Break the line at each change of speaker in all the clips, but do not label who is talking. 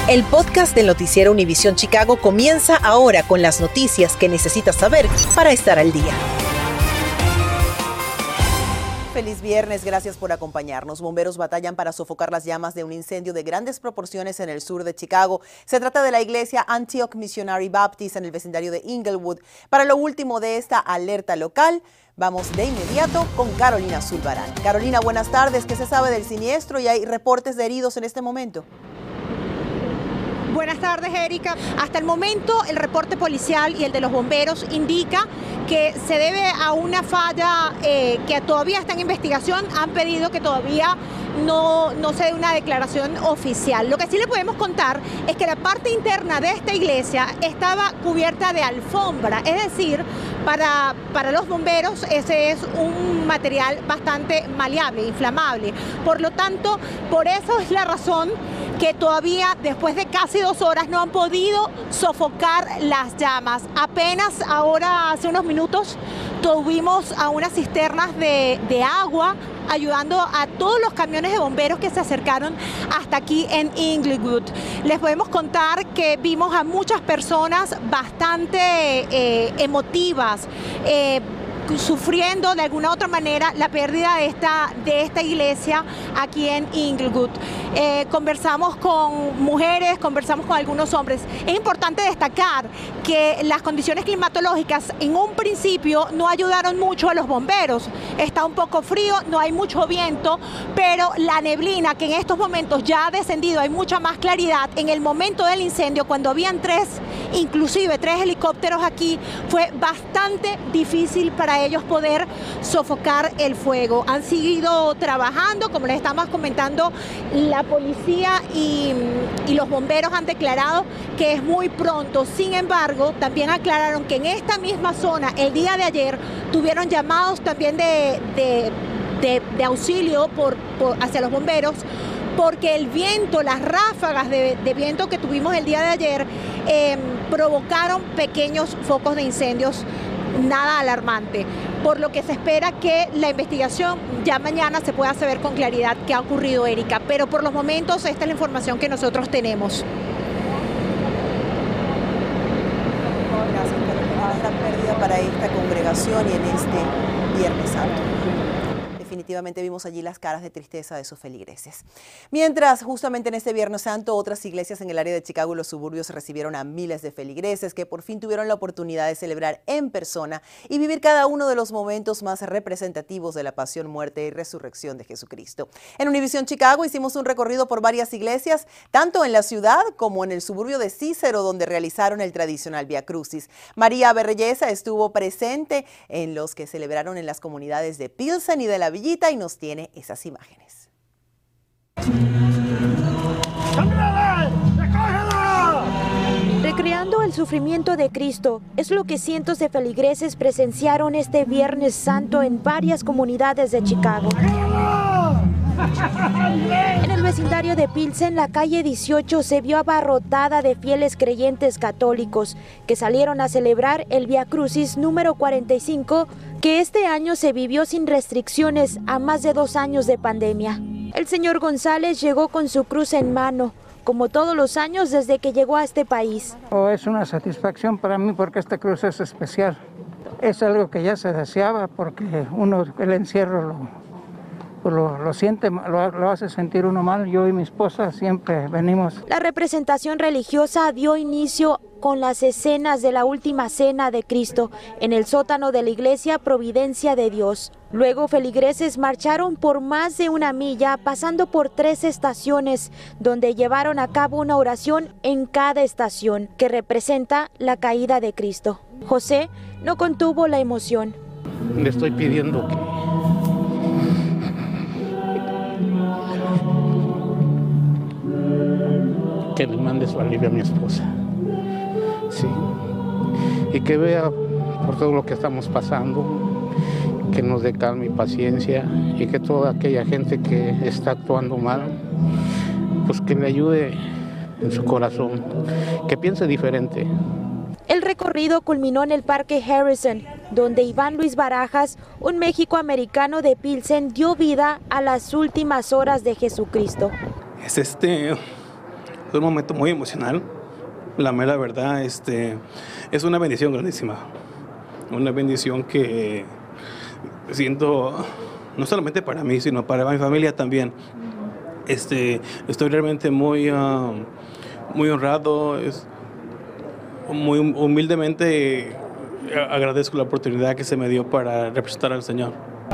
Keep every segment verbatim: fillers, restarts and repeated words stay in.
El podcast del noticiero Univisión Chicago comienza ahora con las noticias que necesitas saber para estar al día. Feliz viernes, gracias por acompañarnos. Bomberos batallan para sofocar las llamas de un incendio de grandes proporciones en el sur de Chicago. Se trata de la iglesia Antioch Missionary Baptist en el vecindario de Inglewood. Para lo último de esta alerta local, vamos de inmediato con Carolina Zulbarán. Carolina, buenas tardes. ¿Qué se sabe del siniestro y hay reportes de heridos en este momento?
Buenas tardes, Erika. Hasta el momento, el reporte policial y el de los bomberos indica que se debe a una falla eh, que todavía está en investigación. Han pedido que todavía no, no se dé una declaración oficial. Lo que sí le podemos contar es que la parte interna de esta iglesia estaba cubierta de alfombra, es decir, para, para los bomberos ese es un material bastante maleable, inflamable. Por lo tanto, por eso es la razón que todavía después de casi dos horas no han podido sofocar las llamas. Apenas ahora, hace unos minutos, tuvimos a unas cisternas de, de agua ayudando a todos los camiones de bomberos que se acercaron hasta aquí en Inglewood. Les podemos contar que vimos a muchas personas bastante eh, emotivas, eh, sufriendo de alguna otra manera la pérdida de esta, de esta iglesia aquí en Inglewood. Eh, conversamos con mujeres, conversamos con algunos hombres. Es importante destacar que las condiciones climatológicas en un principio no ayudaron mucho a los bomberos. Está un poco frío, no hay mucho viento, pero la neblina que en estos momentos ya ha descendido, hay mucha más claridad. En el momento del incendio, cuando habían tres, inclusive tres helicópteros aquí, fue bastante difícil para ellos poder sofocar el fuego. Han seguido trabajando, como les estamos comentando, la policía y, y los bomberos han declarado que es muy pronto. Sin embargo, también aclararon que en esta misma zona, el día de ayer, tuvieron llamados también de, de, de, de auxilio por, por, hacia los bomberos, porque el viento, las ráfagas de, de viento que tuvimos el día de ayer eh, provocaron pequeños focos de incendios, nada alarmante, por lo que se espera que la investigación ya mañana se pueda saber con claridad qué ha ocurrido, Erika, pero por los momentos esta es la información que nosotros tenemos.
Gracias, Carolina. Es la pérdida para esta congregación y en este Viernes Santo. Definitivamente vimos allí las caras de tristeza de sus feligreses. Mientras, justamente en este Viernes Santo, otras iglesias en el área de Chicago y los suburbios recibieron a miles de feligreses que por fin tuvieron la oportunidad de celebrar en persona y vivir cada uno de los momentos más representativos de la pasión, muerte y resurrección de Jesucristo. En Univisión Chicago hicimos un recorrido por varias iglesias, tanto en la ciudad como en el suburbio de Cícero, donde realizaron el tradicional Vía Crucis. María Berreyesa estuvo presente en los que celebraron en las comunidades de Pilsen y de la Villa y nos tiene esas imágenes.
Recreando el sufrimiento de Cristo es lo que cientos de feligreses presenciaron este Viernes Santo en varias comunidades de Chicago. En el vecindario de Pilsen, la calle dieciocho se vio abarrotada de fieles creyentes católicos que salieron a celebrar el Vía Crucis número cuarenta y cinco, que este año se vivió sin restricciones a más de dos años de pandemia. El señor González llegó con su cruz en mano, como todos los años desde que llegó a este país.
Oh, es una satisfacción para mí porque esta cruz es especial. Es algo que ya se deseaba porque uno, el encierro lo... Lo, lo siente, lo, lo hace sentir uno mal. Yo y mi esposa siempre venimos.
La representación religiosa dio inicio con las escenas de la última cena de Cristo en el sótano de la iglesia Providencia de Dios. Luego feligreses marcharon por más de una milla, pasando por tres estaciones, donde llevaron a cabo una oración en cada estación, que representa la caída de Cristo. José no contuvo la emoción.
Le estoy pidiendo que que le mande su alivio a mi esposa, sí, y que vea por todo lo que estamos pasando, que nos dé calma y paciencia, y que toda aquella gente que está actuando mal, pues que le ayude en su corazón, que piense diferente.
El recorrido culminó en el Parque Harrison, donde Iván Luis Barajas, un méxico-americano de Pilsen, dio vida a las últimas horas de Jesucristo.
Es este Es un momento muy emocional. La mera verdad, este, es una bendición grandísima. Una bendición que siento, no solamente para mí, sino para mi familia también. Este, estoy realmente muy, uh, muy honrado, es, muy humildemente agradezco la oportunidad que se me dio para representar al Señor.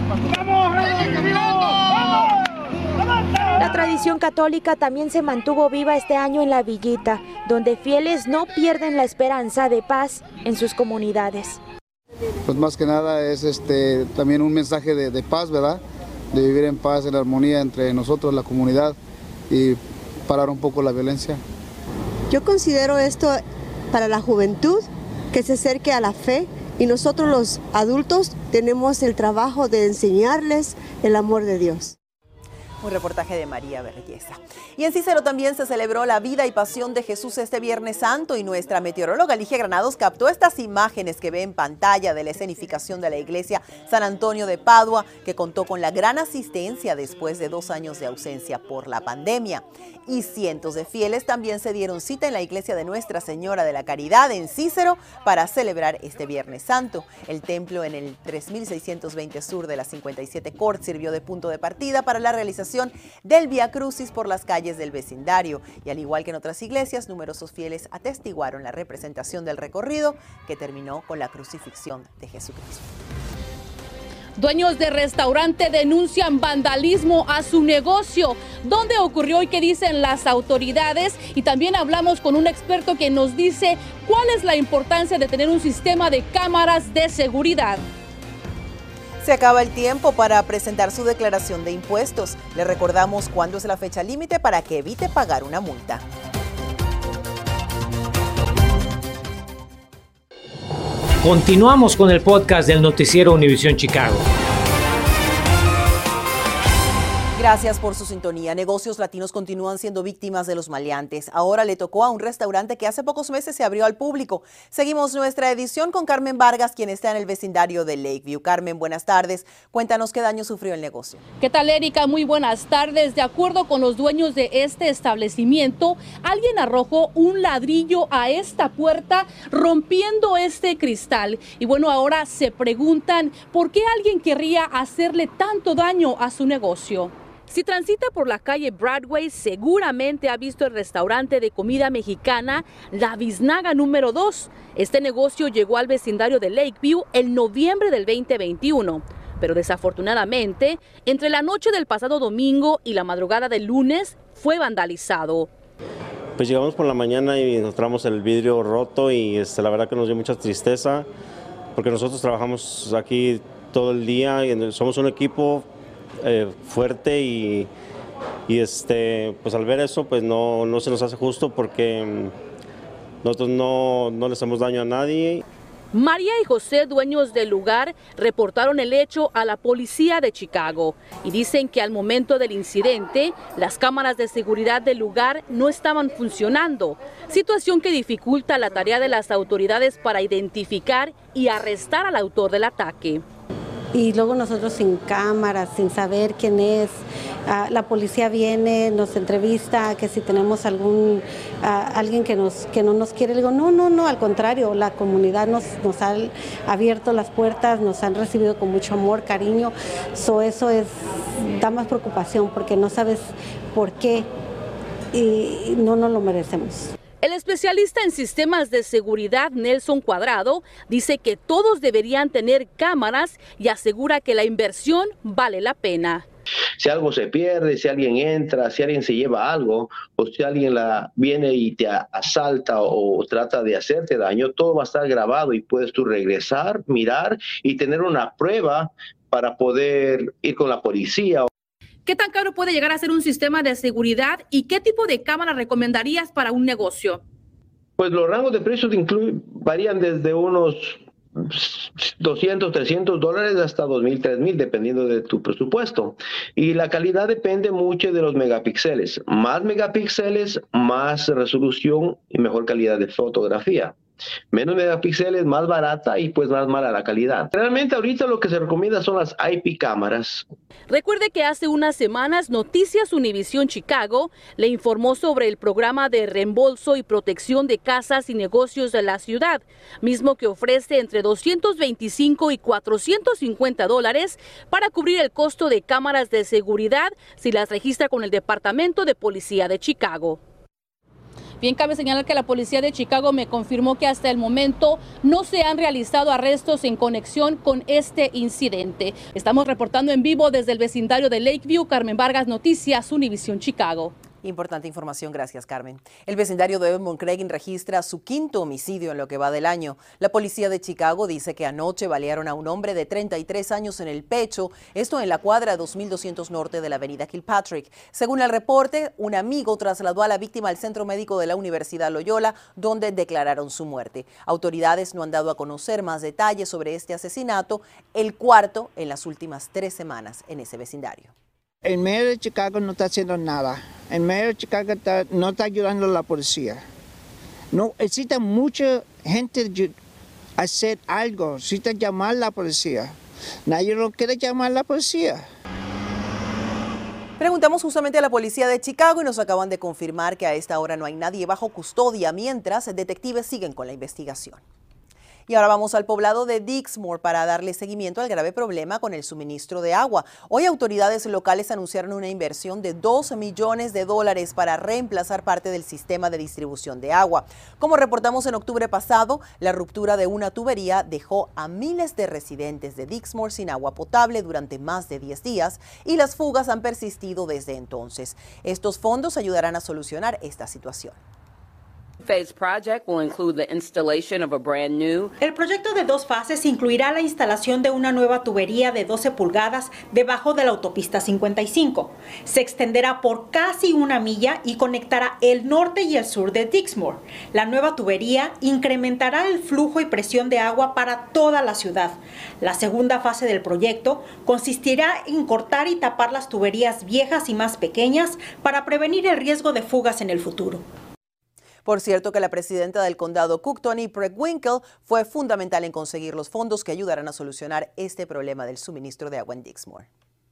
La tradición católica también se mantuvo viva este año en La Villita, donde fieles no pierden la esperanza de paz en sus comunidades.
Pues más que nada es este, también un mensaje de, de paz, ¿verdad? De vivir en paz, en armonía entre nosotros, la comunidad, y parar un poco la violencia.
Yo considero esto para la juventud, que se acerque a la fe, y nosotros los adultos tenemos el trabajo de enseñarles el amor de Dios.
Un reportaje de María Berguesa. Y en Cícero también se celebró la vida y pasión de Jesús este Viernes Santo, y nuestra meteoróloga Ligia Granados captó estas imágenes que ve en pantalla de la escenificación de la iglesia San Antonio de Padua, que contó con la gran asistencia después de dos años de ausencia por la pandemia. Y cientos de fieles también se dieron cita en la iglesia de Nuestra Señora de la Caridad en Cícero para celebrar este Viernes Santo. El templo en el tres mil seiscientos veinte sur de la cincuenta y siete Cort sirvió de punto de partida para la realización del Vía Crucis por las calles del vecindario, y al igual que en otras iglesias, numerosos fieles atestiguaron la representación del recorrido, que terminó con la crucifixión de Jesucristo.
Dueños de restaurante denuncian vandalismo a su negocio. ¿Dónde ocurrió y qué dicen las autoridades? Y también hablamos con un experto que nos dice cuál es la importancia de tener un sistema de cámaras de seguridad.
Se acaba el tiempo para presentar su declaración de impuestos. Le recordamos cuándo es la fecha límite para que evite pagar una multa.
Continuamos con el podcast del noticiero Univisión Chicago.
Gracias por su sintonía. Negocios latinos continúan siendo víctimas de los maleantes. Ahora le tocó a un restaurante que hace pocos meses se abrió al público. Seguimos nuestra edición con Carmen Vargas, quien está en el vecindario de Lakeview. Carmen, buenas tardes. Cuéntanos qué daño sufrió el negocio.
¿Qué tal, Erika? Muy buenas tardes. De acuerdo con los dueños de este establecimiento, alguien arrojó un ladrillo a esta puerta, rompiendo este cristal. Y bueno, ahora se preguntan por qué alguien querría hacerle tanto daño a su negocio. Si transita por la calle Broadway, seguramente ha visto el restaurante de comida mexicana La Biznaga número dos. Este negocio llegó al vecindario de Lakeview en noviembre del veinte veintiuno. Pero desafortunadamente, entre la noche del pasado domingo y la madrugada del lunes, fue vandalizado.
Pues llegamos por la mañana y encontramos el vidrio roto, y este, la verdad que nos dio mucha tristeza, porque nosotros trabajamos aquí todo el día y somos un equipo Eh, fuerte, y, y este, pues al ver eso pues no, no se nos hace justo, porque nosotros no, no le hacemos daño a nadie.
María y José, dueños del lugar, reportaron el hecho a la policía de Chicago y dicen que al momento del incidente las cámaras de seguridad del lugar no estaban funcionando, situación que dificulta la tarea de las autoridades para identificar y arrestar al autor del ataque.
Y luego nosotros sin cámaras, sin saber quién es, uh, la policía viene, nos entrevista, que si tenemos algún uh, alguien que nos que no nos quiere, le digo, no, no, no, al contrario, la comunidad nos, nos ha abierto las puertas, nos han recibido con mucho amor, cariño, so, eso es, da más preocupación, porque no sabes por qué y no nos lo merecemos.
El especialista en sistemas de seguridad, Nelson Cuadrado, dice que todos deberían tener cámaras y asegura que la inversión vale la pena.
Si algo se pierde, si alguien entra, si alguien se lleva algo, o si alguien la viene y te asalta o trata de hacerte daño, todo va a estar grabado y puedes tú regresar, mirar y tener una prueba para poder ir con la policía.
¿Qué tan caro puede llegar a ser un sistema de seguridad y qué tipo de cámara recomendarías para un negocio?
Pues los rangos de precios incluyen, varían desde unos doscientos, trescientos dólares hasta dos mil, tres mil, dependiendo de tu presupuesto. Y la calidad depende mucho de los megapíxeles. Más megapíxeles, más resolución y mejor calidad de fotografía. Menos megapíxeles, más barata y pues más mala la calidad. Realmente ahorita lo que se recomienda son las I P cámaras.
Recuerde que hace unas semanas Noticias Univisión Chicago le informó sobre el programa de reembolso y protección de casas y negocios de la ciudad, mismo que ofrece entre doscientos veinticinco y cuatrocientos cincuenta dólares para cubrir el costo de cámaras de seguridad si las registra con el Departamento de Policía de Chicago. Bien, cabe señalar que la policía de Chicago me confirmó que hasta el momento no se han realizado arrestos en conexión con este incidente. Estamos reportando en vivo desde el vecindario de Lakeview. Carmen Vargas, Noticias Univisión Chicago.
Importante información, gracias Carmen. El vecindario de Edmond Craig registra su quinto homicidio en lo que va del año. La policía de Chicago dice que anoche balearon a un hombre de treinta y tres años en el pecho, esto en la cuadra dos mil doscientos norte de la avenida Kilpatrick. Según el reporte, un amigo trasladó a la víctima al centro médico de la Universidad Loyola, donde declararon su muerte. Autoridades no han dado a conocer más detalles sobre este asesinato, el cuarto en las últimas tres semanas en ese vecindario.
El mayor de Chicago no está haciendo nada. El mayor de Chicago está, no está ayudando a la policía. No, necesita mucha gente a hacer algo. Necesita llamar a la policía. Nadie lo quiere llamar a la policía.
Preguntamos justamente a la policía de Chicago y nos acaban de confirmar que a esta hora no hay nadie bajo custodia, mientras detectives siguen con la investigación. Y ahora vamos al poblado de Dixmoor para darle seguimiento al grave problema con el suministro de agua. Hoy autoridades locales anunciaron una inversión de dos millones de dólares para reemplazar parte del sistema de distribución de agua. Como reportamos en octubre pasado, la ruptura de una tubería dejó a miles de residentes de Dixmoor sin agua potable durante más de diez días y las fugas han persistido desde entonces. Estos fondos ayudarán a solucionar esta situación.
Phase project will include the installation of a brand new.
El proyecto de dos fases incluirá la instalación de una nueva tubería de doce pulgadas debajo de la autopista cincuenta y cinco. Se extenderá por casi una milla y conectará el norte y el sur de Dixmoor. La nueva tubería incrementará el flujo y presión de agua para toda la ciudad. La segunda fase del proyecto consistirá en cortar y tapar las tuberías viejas y más pequeñas para prevenir el riesgo de fugas en el futuro.
Por cierto que la presidenta del condado Cook, Toni Preckwinkle, fue fundamental en conseguir los fondos que ayudarán a solucionar este problema del suministro de agua en Dixmoor.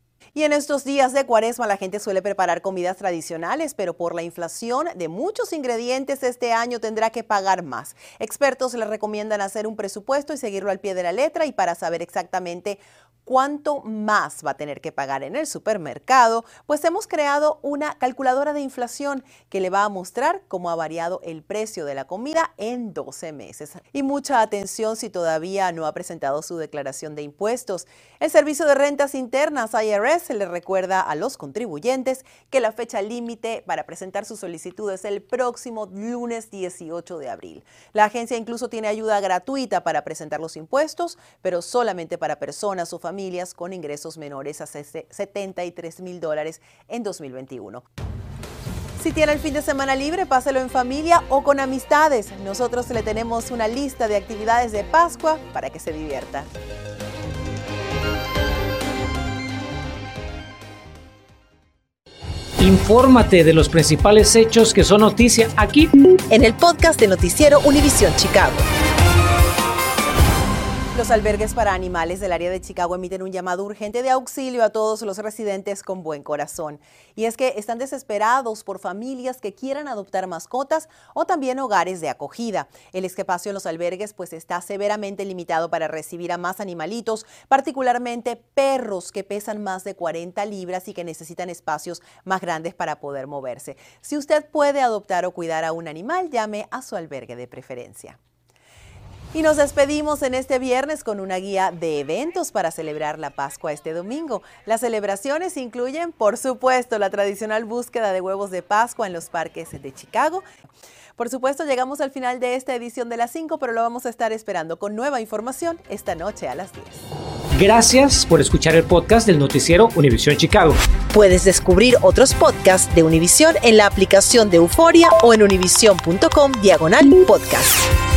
Y en estos días de Cuaresma la gente suele preparar comidas tradicionales, pero por la inflación de muchos ingredientes este año tendrá que pagar más. Expertos le recomiendan hacer un presupuesto y seguirlo al pie de la letra, y para saber exactamente cuánto más va a tener que pagar en el supermercado, pues hemos creado una calculadora de inflación que le va a mostrar cómo ha variado el precio de la comida en doce meses. Y mucha atención si todavía no ha presentado su declaración de impuestos. El Servicio de Rentas Internas, I R S, le recuerda a los contribuyentes que la fecha límite para presentar su solicitud es el próximo lunes dieciocho de abril. La agencia incluso tiene ayuda gratuita para presentar los impuestos, pero solamente para personas o familias con ingresos menores a setenta y tres mil dólares en dos mil veintiuno. Si tiene el fin de semana libre, páselo en familia o con amistades. Nosotros le tenemos una lista de actividades de Pascua para que se divierta.
Infórmate de los principales hechos que son noticia aquí
en el podcast de Noticiero Univisión Chicago. Los albergues para animales del área de Chicago emiten un llamado urgente de auxilio a todos los residentes con buen corazón. Y es que están desesperados por familias que quieran adoptar mascotas o también hogares de acogida. El espacio en los albergues pues está severamente limitado para recibir a más animalitos, particularmente perros que pesan más de cuarenta libras y que necesitan espacios más grandes para poder moverse. Si usted puede adoptar o cuidar a un animal, llame a su albergue de preferencia. Y nos despedimos en este viernes con una guía de eventos para celebrar la Pascua este domingo. Las celebraciones incluyen, por supuesto, la tradicional búsqueda de huevos de Pascua en los parques de Chicago. Por supuesto, llegamos al final de esta edición de las cinco, pero lo vamos a estar esperando con nueva información esta noche a las diez.
Gracias por escuchar el podcast del noticiero Univisión Chicago.
Puedes descubrir otros podcasts de Univisión en la aplicación de Euforia o en univision punto com diagonal podcast.